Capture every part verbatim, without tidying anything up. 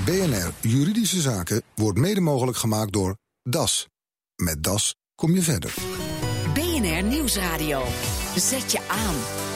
B N R Juridische Zaken wordt mede mogelijk gemaakt door D A S. Met D A S kom je verder. B N R Nieuwsradio. Zet je aan.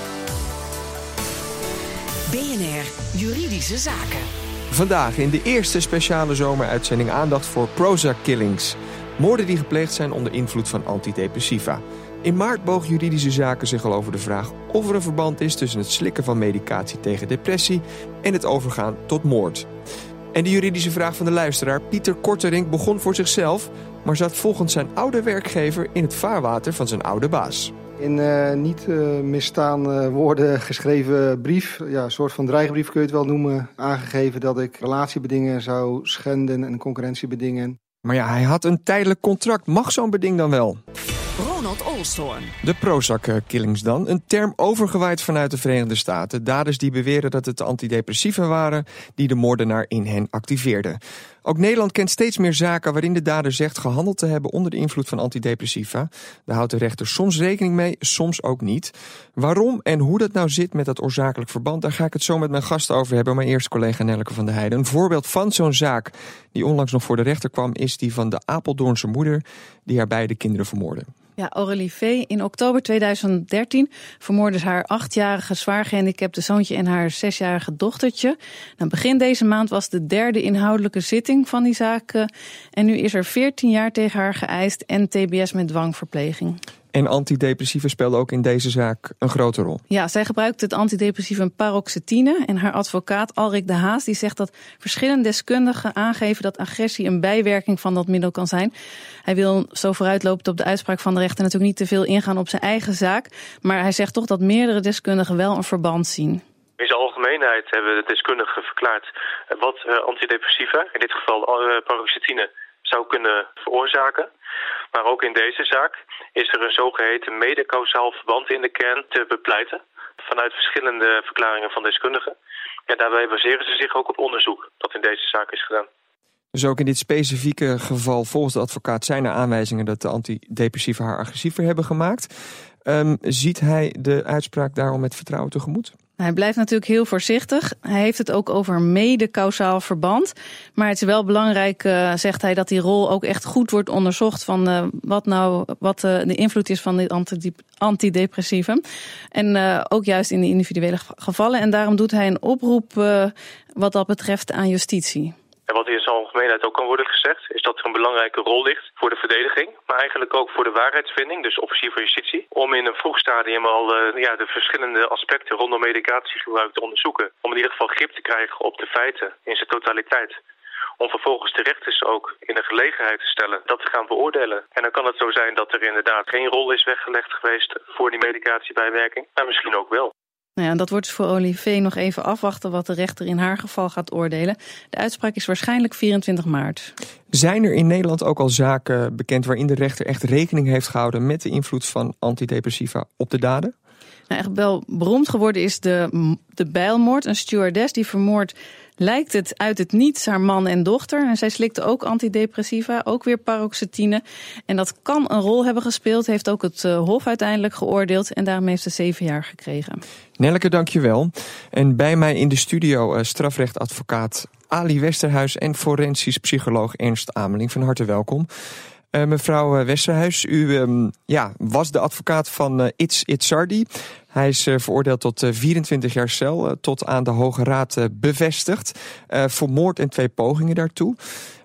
B N R Juridische Zaken. Vandaag in de eerste speciale zomeruitzending aandacht voor Prozac-killings. Moorden die gepleegd zijn onder invloed van antidepressiva. In maart bogen Juridische Zaken zich al over de vraag of er een verband is tussen het slikken van medicatie tegen depressie en het overgaan tot moord. En de juridische vraag van de luisteraar, Pieter Korterink, begon voor zichzelf, maar zat volgens zijn oude werkgever in het vaarwater van zijn oude baas. In uh, niet uh, misstaande woorden geschreven brief, ja, een soort van dreigbrief kun je het wel noemen, aangegeven dat ik relatiebedingen zou schenden en concurrentiebedingen. Maar ja, hij had een tijdelijk contract. Mag zo'n beding dan wel? Ronald Olsthoorn. De Prozac-killings dan. Een term overgewaaid vanuit de Verenigde Staten. Daders die beweren dat het de antidepressiva waren die de moordenaar in hen activeerden. Ook Nederland kent steeds meer zaken waarin de dader zegt gehandeld te hebben onder de invloed van antidepressiva. Daar houdt de rechter soms rekening mee, soms ook niet. Waarom en hoe dat nou zit met dat oorzakelijk verband, daar ga ik het zo met mijn gasten over hebben. Maar eerst collega Nelleke van der Heijden. Een voorbeeld van zo'n zaak die onlangs nog voor de rechter kwam is die van de Apeldoornse moeder die haar beide kinderen vermoordde. Ja, Aurélie V. In oktober tweeduizend dertien vermoordde ze haar achtjarige zwaar gehandicapte zoontje en haar zesjarige dochtertje. Nou, begin deze maand was de derde inhoudelijke zitting van die zaak. En nu is er veertien jaar tegen haar geëist en T B S met dwangverpleging. En antidepressiva speelden ook in deze zaak een grote rol. Ja, zij gebruikte het antidepressivum paroxetine. En haar advocaat Alrik de Haas die zegt dat verschillende deskundigen aangeven dat agressie een bijwerking van dat middel kan zijn. Hij wil zo vooruitlopend op de uitspraak van de rechter natuurlijk niet te veel ingaan op zijn eigen zaak. Maar hij zegt toch dat meerdere deskundigen wel een verband zien. In zijn algemeenheid hebben de deskundigen verklaard wat antidepressiva, in dit geval paroxetine, zou kunnen veroorzaken. Maar ook in deze zaak is er een zogeheten mede-kausaal verband in de kern te bepleiten vanuit verschillende verklaringen van deskundigen. En daarbij baseren ze zich ook op onderzoek dat in deze zaak is gedaan. Dus ook in dit specifieke geval, volgens de advocaat, zijn er aanwijzingen dat de antidepressiva haar agressiever hebben gemaakt. Um, ziet hij de uitspraak daarom met vertrouwen tegemoet? Hij blijft natuurlijk heel voorzichtig. Hij heeft het ook over mede-kausaal verband. Maar het is wel belangrijk, uh, zegt hij, dat die rol ook echt goed wordt onderzocht van uh, wat nou wat uh, de invloed is van dit antidepressivum. En uh, ook juist in de individuele gevallen. En daarom doet hij een oproep uh, wat dat betreft aan justitie. En wat in zijn algemeenheid ook kan worden gezegd, is dat er een belangrijke rol ligt voor de verdediging, maar eigenlijk ook voor de waarheidsvinding, dus officier van justitie, om in een vroeg stadium al uh, ja, de verschillende aspecten rondom medicatiegebruik te onderzoeken. Om in ieder geval grip te krijgen op de feiten in zijn totaliteit. Om vervolgens de rechters ook in de gelegenheid te stellen dat te gaan beoordelen. En dan kan het zo zijn dat er inderdaad geen rol is weggelegd geweest voor die medicatiebijwerking, maar misschien ook wel. Nou ja, dat wordt dus voor Olivier nog even afwachten wat de rechter in haar geval gaat oordelen. De uitspraak is waarschijnlijk vierentwintig maart. Zijn er in Nederland ook al zaken bekend waarin de rechter echt rekening heeft gehouden met de invloed van antidepressiva op de daden? Nou, echt wel beroemd geworden is de, de Bijlmoord, een stewardess die vermoord, lijkt het uit het niets, haar man en dochter. En zij slikte ook antidepressiva, ook weer paroxetine. En dat kan een rol hebben gespeeld, heeft ook het uh, Hof uiteindelijk geoordeeld. En daarom heeft ze zeven jaar gekregen. Nelleke, dank je wel. En bij mij in de studio uh, strafrechtadvocaat Ali Westerhuis en forensisch psycholoog Ernst Ameling. Van harte welkom. Uh, mevrouw Westerhuis, u um, ja, was de advocaat van uh, Itz Itzardi. Hij is uh, veroordeeld tot uh, vierentwintig jaar cel, uh, tot aan de Hoge Raad uh, bevestigd. Uh, voor moord en twee pogingen daartoe.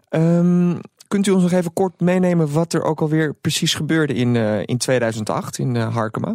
Um, kunt u ons nog even kort meenemen wat er ook alweer precies gebeurde in, uh, in tweeduizend acht in uh, Harkema?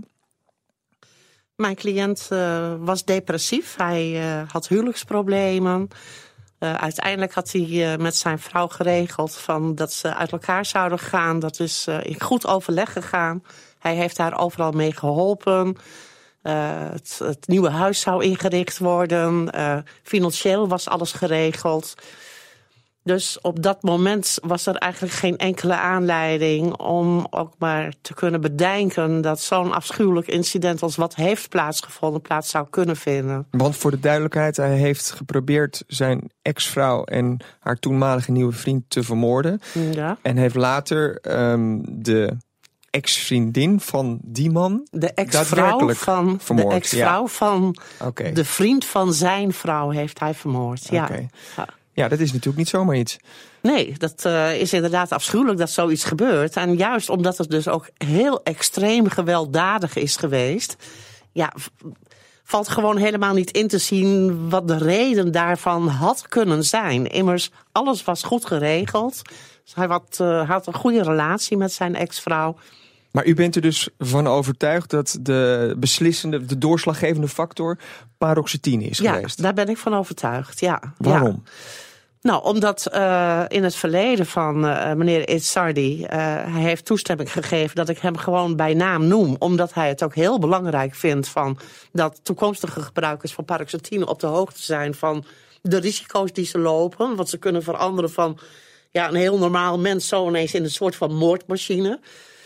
Mijn cliënt uh, was depressief. Hij uh, had huwelijksproblemen. Uh, uiteindelijk had hij uh, met zijn vrouw geregeld van dat ze uit elkaar zouden gaan. Dat is uh, in goed overleg gegaan. Hij heeft haar overal mee geholpen. Uh, het, het nieuwe huis zou ingericht worden. Uh, financieel was alles geregeld. Dus op dat moment was er eigenlijk geen enkele aanleiding om ook maar te kunnen bedenken dat zo'n afschuwelijk incident als wat heeft plaatsgevonden plaats zou kunnen vinden. Want voor de duidelijkheid, hij heeft geprobeerd zijn ex-vrouw en haar toenmalige nieuwe vriend te vermoorden. Ja. En heeft later um, de ex-vriendin van die man de ex-vrouw van vermoord. De ex-vrouw ja. van okay. de vriend van zijn vrouw heeft hij vermoord. Ja. Okay. Ja. Ja, dat is natuurlijk niet zomaar iets. Nee, dat uh, is inderdaad afschuwelijk dat zoiets gebeurt. En juist omdat het dus ook heel extreem gewelddadig is geweest, ja, valt gewoon helemaal niet in te zien wat de reden daarvan had kunnen zijn. Immers, alles was goed geregeld. Dus hij had, uh, had een goede relatie met zijn ex-vrouw. Maar u bent er dus van overtuigd dat de beslissende, de doorslaggevende factor paroxetine is ja, geweest? Ja, daar ben ik van overtuigd, ja. Waarom? Ja. Nou, omdat uh, in het verleden van uh, meneer Itzardi, uh, hij heeft toestemming gegeven dat ik hem gewoon bij naam noem. Omdat hij het ook heel belangrijk vindt van dat toekomstige gebruikers van paroxetine op de hoogte zijn van de risico's die ze lopen. Want ze kunnen veranderen van ja, een heel normaal mens zo ineens in een soort van moordmachine.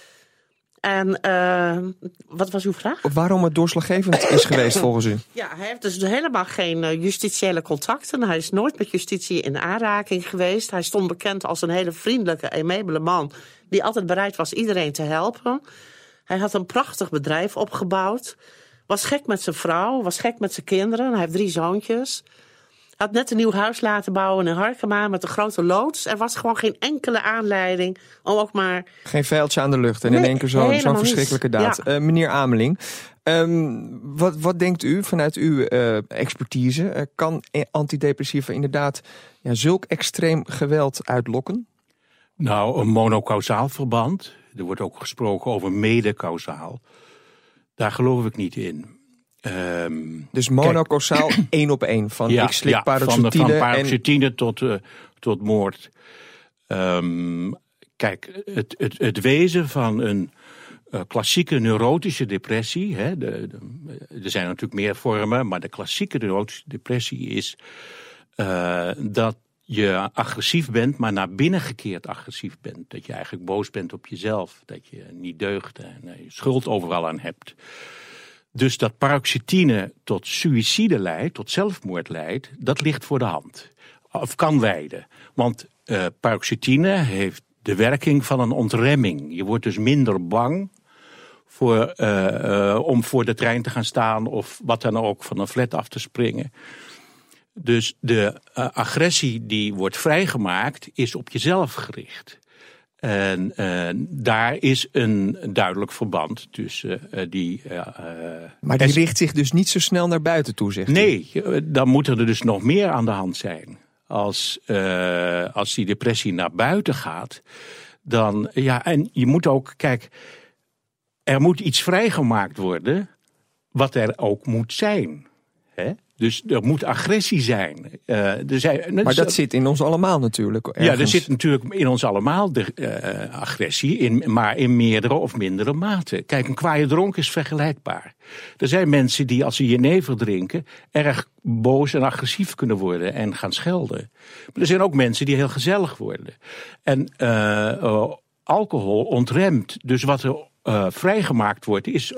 En uh, wat was uw vraag? Waarom het doorslaggevend is geweest volgens u? Ja, hij heeft dus helemaal geen uh, justitiële contacten. Hij is nooit met justitie in aanraking geweest. Hij stond bekend als een hele vriendelijke, aimabele man die altijd bereid was iedereen te helpen. Hij had een prachtig bedrijf opgebouwd. Was gek met zijn vrouw, was gek met zijn kinderen. Hij heeft drie zoontjes. Had net een nieuw huis laten bouwen in Harkema met een grote loods. Er was gewoon geen enkele aanleiding om ook maar... Geen veldje aan de lucht en nee, in één keer zo'n zo verschrikkelijke daad. Ja. Uh, meneer Ameling, um, wat, wat denkt u vanuit uw uh, expertise? Uh, kan antidepressiva inderdaad ja, zulk extreem geweld uitlokken? Nou, een monokausaal verband. Er wordt ook gesproken over medekausaal. Daar geloof ik niet in. Um, dus monokausaal één op één van ja, ik slik ja, paroxetine. Van, van paroxetine en... tot, uh, tot moord. Um, kijk, het, het, het wezen van een uh, klassieke neurotische depressie. Hè, de, de, er zijn natuurlijk meer vormen, maar de klassieke neurotische depressie is uh, dat je agressief bent, maar naar binnen gekeerd agressief bent. Dat je eigenlijk boos bent op jezelf. Dat je niet deugt en uh, je schuld overal aan hebt. Dus dat paroxetine tot suïcide leidt, tot zelfmoord leidt, dat ligt voor de hand. Of kan leiden. Want uh, paroxetine heeft de werking van een ontremming. Je wordt dus minder bang voor, uh, uh, om voor de trein te gaan staan of wat dan ook, van een flat af te springen. Dus de uh, agressie die wordt vrijgemaakt is op jezelf gericht. En uh, daar is een duidelijk verband tussen uh, die... Uh, maar die richt zich dus niet zo snel naar buiten toe, zegt u? Nee, dan moet er dus nog meer aan de hand zijn. Als, uh, als die depressie naar buiten gaat, dan... Ja, en je moet ook... Kijk, er moet iets vrijgemaakt worden wat er ook moet zijn. Hè? Dus er moet agressie zijn. Uh, er zijn maar dat zit in ons allemaal natuurlijk. Ergens. Ja, er zit natuurlijk in ons allemaal de uh, agressie, in, maar in meerdere of mindere mate. Kijk, een kwaaie dronk is vergelijkbaar. Er zijn mensen die als ze jenever drinken erg boos en agressief kunnen worden en gaan schelden. Maar er zijn ook mensen die heel gezellig worden. En uh, uh, alcohol ontremt. Dus wat er uh, vrijgemaakt wordt is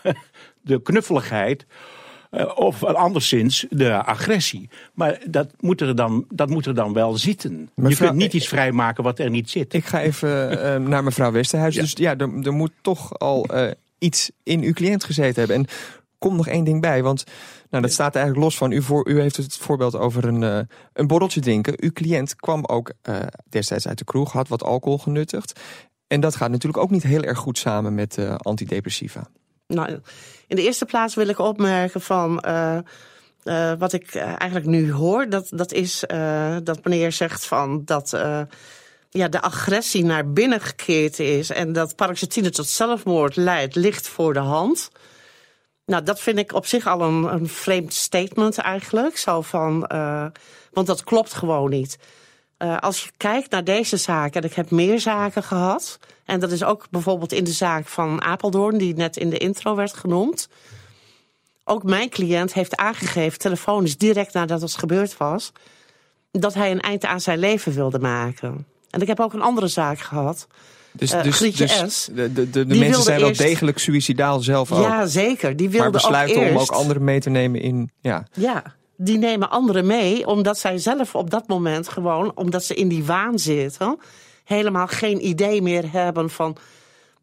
de knuffeligheid. Uh, of anderszins de agressie. Maar dat moet er dan, dat moet er dan wel zitten. Mevrouw, je kunt niet iets vrijmaken wat er niet zit. Ik ga even uh, naar mevrouw Westerhuis. Ja. Dus ja, er, er moet toch al uh, iets in uw cliënt gezeten hebben. En kom nog één ding bij, want nou, dat staat eigenlijk los van u. Voor, u heeft het voorbeeld over een, uh, een borreltje drinken. Uw cliënt kwam ook uh, destijds uit de kroeg, had wat alcohol genuttigd. En dat gaat natuurlijk ook niet heel erg goed samen met uh, antidepressiva. Nou, in de eerste plaats wil ik opmerken van uh, uh, wat ik uh, eigenlijk nu hoor. Dat, dat is uh, dat meneer zegt van dat uh, ja, de agressie naar binnen gekeerd is en dat paroxetine tot zelfmoord leidt, ligt voor de hand. Nou, dat vind ik op zich al een, een vreemd statement eigenlijk. Zo van, uh, want dat klopt gewoon niet. Uh, als je kijkt naar deze zaak, en ik heb meer zaken gehad, en dat is ook bijvoorbeeld in de zaak van Apeldoorn, die net in de intro werd genoemd. Ook mijn cliënt heeft aangegeven, telefonisch direct nadat het gebeurd was, dat hij een eind aan zijn leven wilde maken. En ik heb ook een andere zaak gehad. Dus, uh, dus, Grietje dus S. de, de, de, de mensen zijn eerst... wel degelijk suïcidaal zelf ook. Ja, zeker. Die wilden maar besluiten ook eerst... om ook anderen mee te nemen in... Ja. ja. Die nemen anderen mee, omdat zij zelf op dat moment gewoon, omdat ze in die waan zitten, helemaal geen idee meer hebben van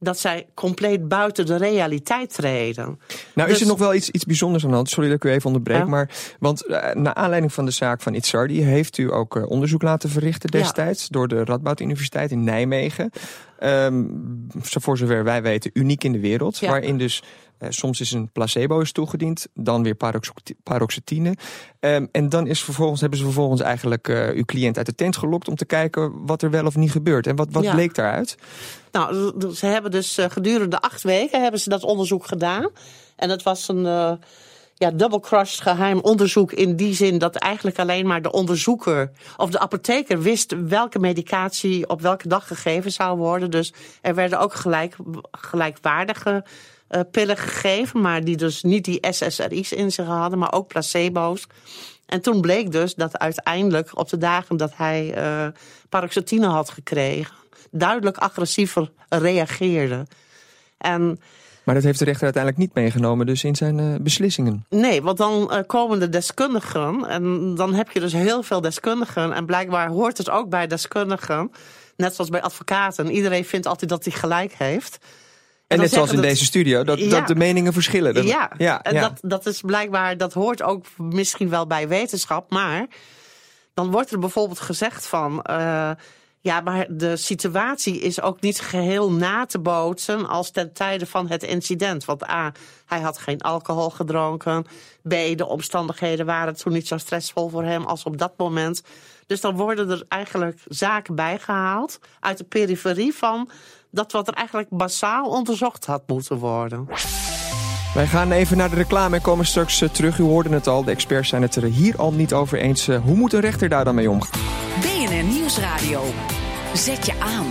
dat zij compleet buiten de realiteit treden. Nou dus, is er nog wel iets, iets bijzonders aan de hand. Sorry dat ik u even onderbreek. Ja. Maar, want uh, naar aanleiding van de zaak van Itzardi heeft u ook uh, onderzoek laten verrichten destijds. Ja. Door de Radboud Universiteit in Nijmegen. Um, voor zover wij weten uniek in de wereld. Ja. Waarin dus uh, soms is een placebo is toegediend. Dan weer parox- paroxetine. Um, en dan is vervolgens, hebben ze vervolgens eigenlijk uh, uw cliënt uit de tent gelokt om te kijken wat er wel of niet gebeurt. En wat, wat ja. bleek daaruit? Nou, ze hebben dus uh, gedurende acht weken hebben ze dat onderzoek gedaan. En het was een uh, ja, double-crossed geheim onderzoek in die zin dat eigenlijk alleen maar de onderzoeker of de apotheker wist welke medicatie op welke dag gegeven zou worden. Dus er werden ook gelijk, gelijkwaardige uh, pillen gegeven, maar die dus niet die S S R I's in zich hadden, maar ook placebo's. En toen bleek dus dat uiteindelijk op de dagen dat hij uh, paroxetine had gekregen, duidelijk agressiever reageerde. En maar dat heeft de rechter uiteindelijk niet meegenomen dus in zijn uh, beslissingen. Nee, want dan uh, komen de deskundigen en dan heb je dus heel veel deskundigen. En blijkbaar hoort het ook bij deskundigen, net zoals bij advocaten. Iedereen vindt altijd dat hij gelijk heeft. En, en net zoals in dat, deze studio, dat, ja, dat de meningen verschillen. Dat, ja, ja, en ja. Dat, dat is blijkbaar, dat hoort ook misschien wel bij wetenschap. Maar dan wordt er bijvoorbeeld gezegd van Uh, ja, maar de situatie is ook niet geheel na te bootsen als ten tijde van het incident. Want A, hij had geen alcohol gedronken. B, de omstandigheden waren toen niet zo stressvol voor hem als op dat moment. Dus dan worden er eigenlijk zaken bijgehaald uit de periferie van dat wat er eigenlijk massaal onderzocht had moeten worden. Wij gaan even naar de reclame en komen straks uh, terug. U hoorde het al, de experts zijn het er hier al niet over eens. Uh, hoe moet een rechter daar dan mee omgaan? B N R Nieuwsradio. Zet je aan.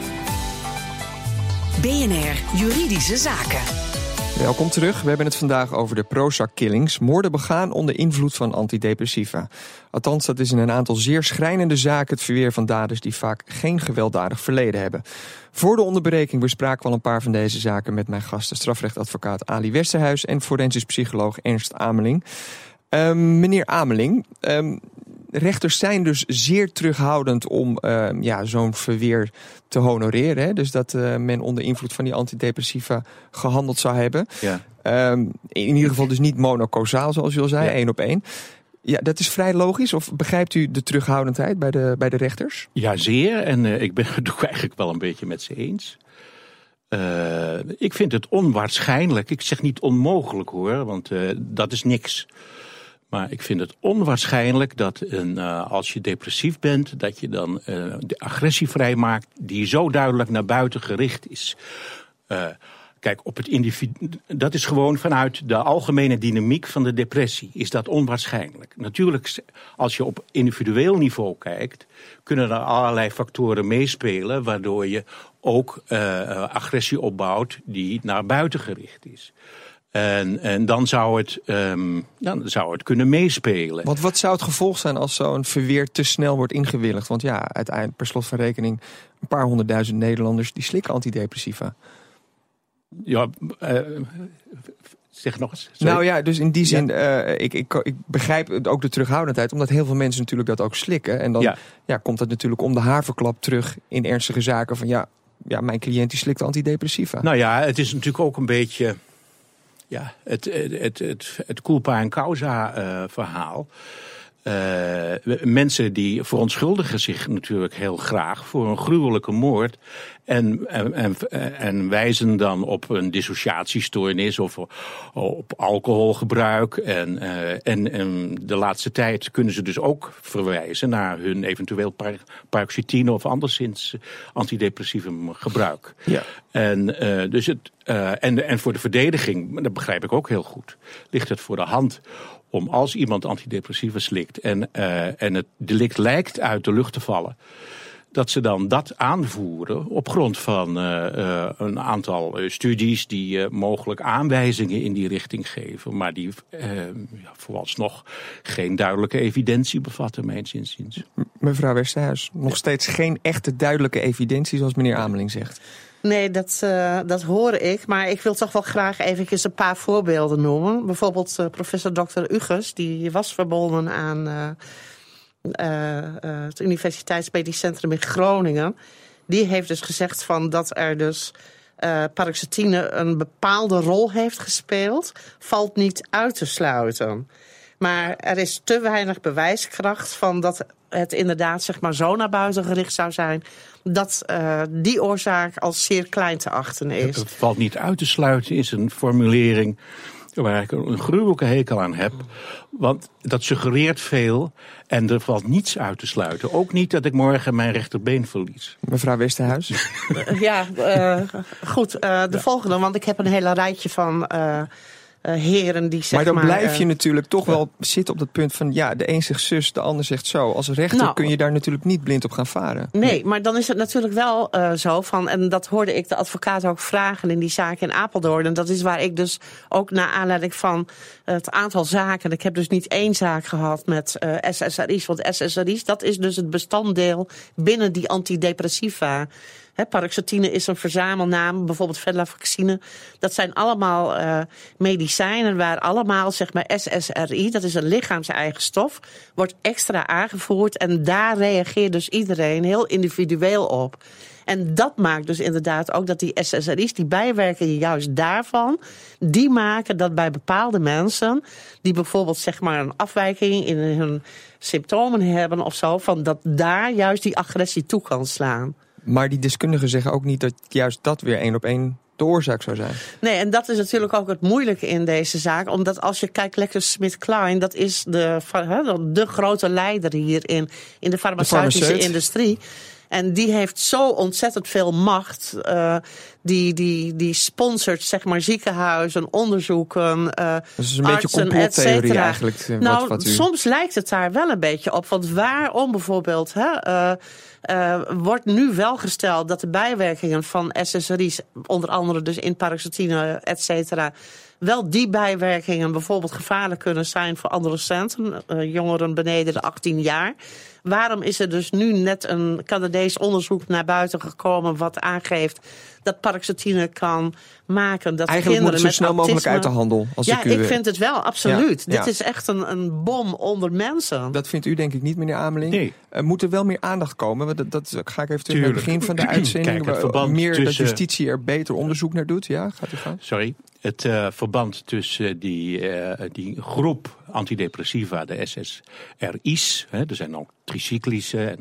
B N R Juridische Zaken. Welkom terug. We hebben het vandaag over de Prozac-killings. Moorden begaan onder invloed van antidepressiva. Althans, dat is in een aantal zeer schrijnende zaken het verweer van daders die vaak geen gewelddadig verleden hebben. Voor de onderbreking bespraken we al een paar van deze zaken met mijn gasten, strafrechtadvocaat Ali Westerhuis en forensisch psycholoog Ernst Ameling. Um, meneer Ameling, um, rechters zijn dus zeer terughoudend om uh, ja, zo'n verweer te honoreren. Hè? Dus dat uh, men onder invloed van die antidepressiva gehandeld zou hebben. Ja. Um, in ieder geval dus niet monocausaal, zoals u al zei, ja. één op één. Ja, dat is vrij logisch. Of begrijpt u de terughoudendheid bij de, bij de rechters? Ja, zeer. En uh, ik ben het toch eigenlijk wel een beetje met ze eens. Uh, ik vind het onwaarschijnlijk. Ik zeg niet onmogelijk hoor, want uh, dat is niks. Maar ik vind het onwaarschijnlijk dat een, uh, als je depressief bent, dat je dan uh, de agressie vrijmaakt die zo duidelijk naar buiten gericht is. Uh, kijk, op het individu, dat is gewoon vanuit de algemene dynamiek van de depressie, is dat onwaarschijnlijk. Natuurlijk, als je op individueel niveau kijkt, kunnen er allerlei factoren meespelen, waardoor je ook uh, agressie opbouwt die naar buiten gericht is. En, en dan, zou het, um, dan zou het kunnen meespelen. Want wat zou het gevolg zijn als zo'n verweer te snel wordt ingewilligd? Want ja, uiteindelijk per slot van rekening een paar honderdduizend Nederlanders die slikken antidepressiva. Ja, uh, zeg nog eens. Sorry. Nou ja, dus in die zin, ja. uh, ik, ik, ik begrijp ook de terughoudendheid, omdat heel veel mensen natuurlijk dat ook slikken. En dan ja. Ja, komt dat natuurlijk om de haverklap terug in ernstige zaken van ja, ja, mijn cliënt die slikt antidepressiva. Nou ja, het is natuurlijk ook een beetje ja, het, het, het, het, het culpa en causa uh, verhaal. Uh, mensen die verontschuldigen zich natuurlijk heel graag voor een gruwelijke moord. En, en, en, en wijzen dan op een dissociatiestoornis of op alcoholgebruik. En, uh, en, en de laatste tijd kunnen ze dus ook verwijzen naar hun eventueel par- paroxetine of anderszins antidepressivum gebruik. Ja. En, uh, dus het, uh, en, en voor de verdediging, dat begrijp ik ook heel goed, ligt het voor de hand om als iemand antidepressiva slikt en, uh, en het delict lijkt uit de lucht te vallen, dat ze dan dat aanvoeren op grond van uh, uh, een aantal uh, studies die uh, mogelijk aanwijzingen in die richting geven, maar die uh, ja, vooralsnog geen duidelijke evidentie bevatten, mijns inziens. Mevrouw Westerhuis, nog steeds geen echte duidelijke evidentie, zoals meneer Ameling zegt. Nee, dat, uh, dat hoor ik. Maar ik wil toch wel graag even een paar voorbeelden noemen. Bijvoorbeeld uh, professor dokter Uges, die was verbonden aan uh, uh, uh, het Universiteitsmedisch Centrum in Groningen. Die heeft dus gezegd van dat er dus uh, paroxetine een bepaalde rol heeft gespeeld, valt niet uit te sluiten. Maar er is te weinig bewijskracht van dat het inderdaad zeg maar zo naar buiten gericht zou zijn dat uh, die oorzaak als zeer klein te achten is. Het valt niet uit te sluiten is een formulering waar ik een gruwelijke hekel aan heb. Want dat suggereert veel en er valt niets uit te sluiten. Ook niet dat ik morgen mijn rechterbeen verlies. Mevrouw Westerhuis? uh, ja, uh, goed. Uh, de ja. volgende, want ik heb een hele rijtje van Uh, Uh, heren die zeg maar dan maar, blijf je uh, natuurlijk toch wel zitten op dat punt van ja, de een zegt zus, de ander zegt zo. Als rechter nou, kun je daar natuurlijk niet blind op gaan varen. Nee, nee. Maar dan is het natuurlijk wel uh, zo van, en dat hoorde ik de advocaat ook vragen in die zaak in Apeldoorn. En dat is waar ik dus ook naar aanleiding van het aantal zaken, ik heb dus niet één zaak gehad met uh, S S R I's, want S S R I's, dat is dus het bestanddeel binnen die antidepressiva. He, paroxetine is een verzamelnaam, bijvoorbeeld venlafaxine. Dat zijn allemaal uh, medicijnen waar allemaal zeg maar S S R I, dat is een lichaams-eigen stof, wordt extra aangevoerd. En daar reageert dus iedereen heel individueel op. En dat maakt dus inderdaad ook dat die S S R I's, die bijwerkingen juist daarvan, die maken dat bij bepaalde mensen, die bijvoorbeeld zeg maar een afwijking in hun symptomen hebben of zo, van dat daar juist die agressie toe kan slaan. Maar die deskundigen zeggen ook niet dat juist dat weer één op één de oorzaak zou zijn. Nee, en dat is natuurlijk ook het moeilijke in deze zaak. Omdat als je kijkt, GlaxoSmithKline, dat is de, de grote leider hierin in de farmaceutische de industrie. En die heeft zo ontzettend veel macht. Uh, die, die, die sponsort zeg maar ziekenhuizen, onderzoeken, uh, dat is een beetje complottheorie eigenlijk. Uh, nou, wat, wat u... soms lijkt het daar wel een beetje op. Want waarom bijvoorbeeld hè, uh, uh, wordt nu wel gesteld dat de bijwerkingen van S S R I's, onder andere dus in paroxetine, et cetera, wel die bijwerkingen bijvoorbeeld gevaarlijk kunnen zijn voor adolescenten, uh, jongeren beneden de achttien jaar. Waarom is er dus nu net een Canadees onderzoek naar buiten gekomen wat aangeeft dat paroxetine kan maken dat eigenlijk kinderen moet het zo snel met autisme mogelijk uit de handel. Als ja, ik, u... ik vind het wel, absoluut. Ja, Dit ja. is echt een, een bom onder mensen. Dat vindt u denk ik niet, meneer Ameling. Nee. Er moet er wel meer aandacht komen. Want dat, dat ga ik even terug naar het begin van de uitzending. Kijk, het verband meer tussen... dat justitie er beter onderzoek naar doet. Ja, gaat u gaan? Sorry. Het uh, verband tussen die, uh, die groep antidepressiva, de S S R I's, hè, er zijn ook tricyclische, en,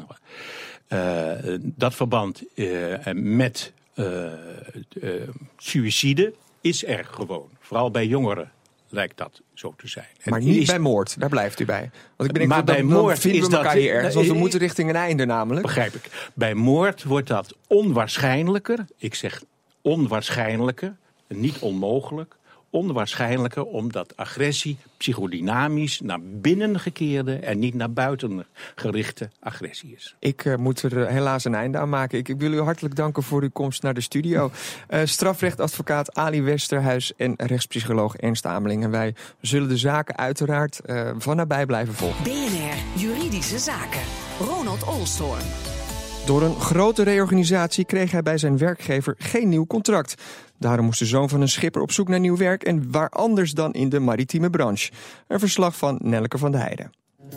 uh, dat verband uh, met uh, uh, suïcide is er gewoon. Vooral bij jongeren lijkt dat zo te zijn. En maar niet is... bij moord, daar blijft u bij. Want ik ben maar bij dat, moord vinden is we elkaar dat hier ergens, want we moeten richting een einde namelijk. Begrijp ik. Bij moord wordt dat onwaarschijnlijker. Ik zeg onwaarschijnlijker, niet onmogelijk. Onwaarschijnlijker omdat agressie psychodynamisch naar binnen gekeerde en niet naar buiten gerichte agressie is. Ik uh, moet er uh, helaas een einde aan maken. Ik, ik wil u hartelijk danken voor uw komst naar de studio. Uh, strafrechtadvocaat Ali Westerhuis en rechtspsycholoog Ernst Ameling. En wij zullen de zaken uiteraard uh, van nabij blijven volgen. B N R Juridische Zaken. Ronald Olstorm. Door een grote reorganisatie kreeg hij bij zijn werkgever geen nieuw contract. Daarom moest de zoon van een schipper op zoek naar nieuw werk en waar anders dan in de maritieme branche. Een verslag van Nelleke van de Heijden.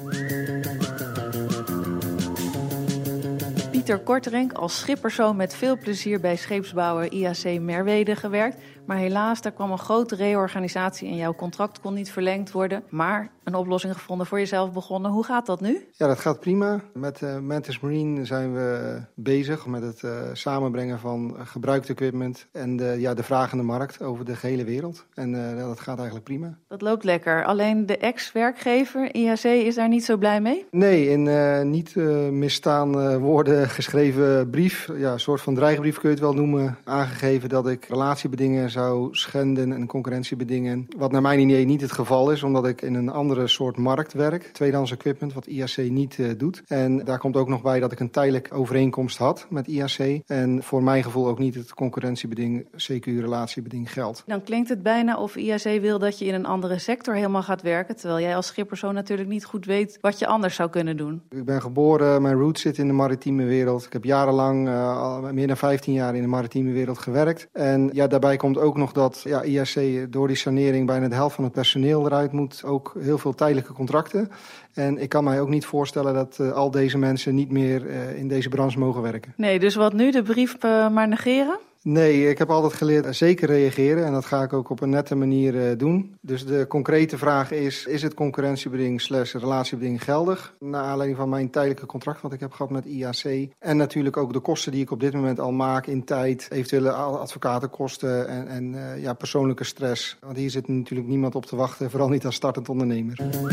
Pieter Korterink als schipperzoon met veel plezier bij scheepsbouwer I A C Merwede gewerkt. Maar helaas, daar kwam een grote reorganisatie en jouw contract kon niet verlengd worden. Maar een oplossing gevonden, voor jezelf begonnen. Hoe gaat dat nu? Ja, dat gaat prima. Met uh, Mantis Marine zijn we bezig met het uh, samenbrengen van gebruikt equipment en de, ja, de vragende markt over de gehele wereld. En uh, dat gaat eigenlijk prima. Dat loopt lekker. Alleen de ex-werkgever I A C is daar niet zo blij mee? Nee, in uh, niet uh, misstaande woorden geschreven brief, ja, een soort van dreigbrief kun je het wel noemen, aangegeven dat ik relatiebedingen zou schenden en concurrentiebedingen. Wat naar mijn idee niet het geval is, omdat ik in een andere soort markt werk. Tweedehands equipment, wat I A C niet uh, doet. En daar komt ook nog bij dat ik een tijdelijk overeenkomst had met I A C. En voor mijn gevoel ook niet het concurrentiebeding, C Q U-relatiebeding geldt. Dan klinkt het bijna of I A C wil dat je in een andere sector helemaal gaat werken, terwijl jij als schipperzoon natuurlijk niet goed weet wat je anders zou kunnen doen. Ik ben geboren, mijn roots zitten in de maritieme wereld. Ik heb jarenlang, uh, al meer dan vijftien jaar in de maritieme wereld gewerkt. En ja, daarbij komt ook nog dat ja, I A C door die sanering bijna de helft van het personeel eruit moet. Ook heel veel tijdelijke contracten. En ik kan mij ook niet voorstellen dat uh, al deze mensen niet meer uh, in deze branche mogen werken. Nee, dus wat nu? De brief uh, maar negeren? Nee, ik heb altijd geleerd zeker reageren en dat ga ik ook op een nette manier uh, doen. Dus de concrete vraag is, is het concurrentiebeding slash relatiebeding geldig? Naar aanleiding van mijn tijdelijke contract wat ik heb gehad met I A C. En natuurlijk ook de kosten die ik op dit moment al maak in tijd, eventuele advocatenkosten en, en uh, ja, persoonlijke stress. Want hier zit natuurlijk niemand op te wachten, vooral niet als startend ondernemer.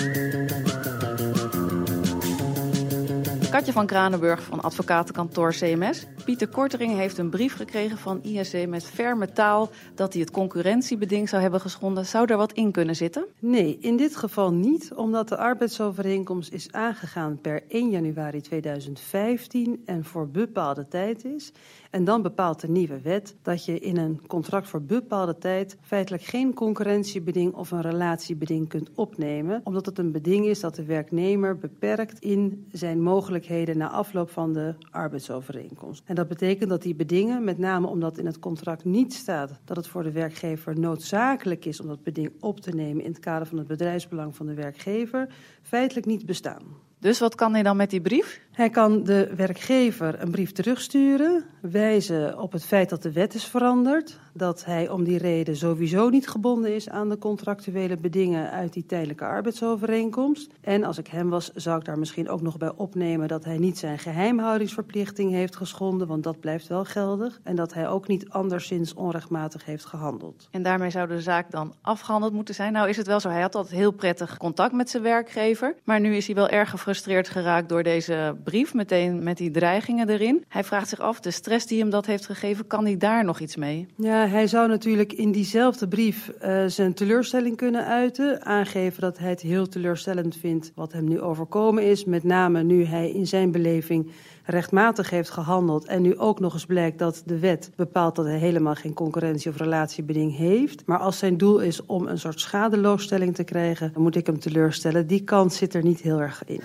Katja van Kranenburg van advocatenkantoor C M S. Pieter Kortering heeft een brief gekregen van I A C met ferme taal dat hij het concurrentiebeding zou hebben geschonden. Zou er wat in kunnen zitten? Nee, in dit geval niet, omdat de arbeidsovereenkomst is aangegaan per één januari tweeduizend vijftien en voor bepaalde tijd is. En dan bepaalt de nieuwe wet dat je in een contract voor bepaalde tijd feitelijk geen concurrentiebeding of een relatiebeding kunt opnemen, omdat het een beding is dat de werknemer beperkt in zijn mogelijkheden na afloop van de arbeidsovereenkomst. En dat betekent dat die bedingen, met name omdat in het contract niet staat dat het voor de werkgever noodzakelijk is om dat beding op te nemen in het kader van het bedrijfsbelang van de werkgever, feitelijk niet bestaan. Dus wat kan hij dan met die brief? Hij kan de werkgever een brief terugsturen, wijzen op het feit dat de wet is veranderd, dat hij om die reden sowieso niet gebonden is aan de contractuele bedingen uit die tijdelijke arbeidsovereenkomst. En als ik hem was, zou ik daar misschien ook nog bij opnemen dat hij niet zijn geheimhoudingsverplichting heeft geschonden, want dat blijft wel geldig. En dat hij ook niet anderszins onrechtmatig heeft gehandeld. En daarmee zou de zaak dan afgehandeld moeten zijn. Nou is het wel zo, hij had altijd heel prettig contact met zijn werkgever, maar nu is hij wel erg gefrustreerd geraakt door deze brief, meteen met die dreigingen erin. Hij vraagt zich af, de stress die hem dat heeft gegeven, kan hij daar nog iets mee? Ja, hij zou natuurlijk in diezelfde brief uh, zijn teleurstelling kunnen uiten. Aangeven dat hij het heel teleurstellend vindt wat hem nu overkomen is. Met name nu hij in zijn beleving rechtmatig heeft gehandeld. En nu ook nog eens blijkt dat de wet bepaalt dat hij helemaal geen concurrentie- of relatiebeding heeft. Maar als zijn doel is om een soort schadeloosstelling te krijgen, dan moet ik hem teleurstellen. Die kans zit er niet heel erg in.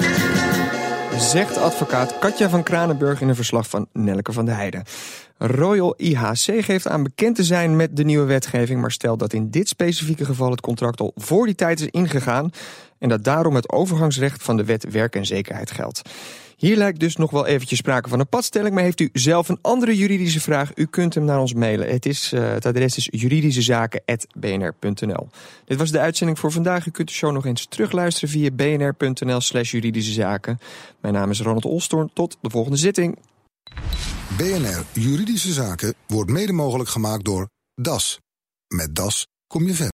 Zegt advocaat Katja van Kranenburg in een verslag van Nelleke van der Heijden. Royal I H C geeft aan bekend te zijn met de nieuwe wetgeving, maar stelt dat in dit specifieke geval het contract al voor die tijd is ingegaan en dat daarom het overgangsrecht van de wet werk en zekerheid geldt. Hier lijkt dus nog wel eventjes sprake van een padstelling, maar heeft u zelf een andere juridische vraag? U kunt hem naar ons mailen. Het, is, uh, het adres is juridischezaken apenstaartje b n r punt n l. Dit was de uitzending voor vandaag. U kunt de show nog eens terugluisteren via bnr.nl slash juridische zaken. Mijn naam is Ronald Olstorn. Tot de volgende zitting. B N R Juridische Zaken wordt mede mogelijk gemaakt door D A S. Met D A S kom je verder.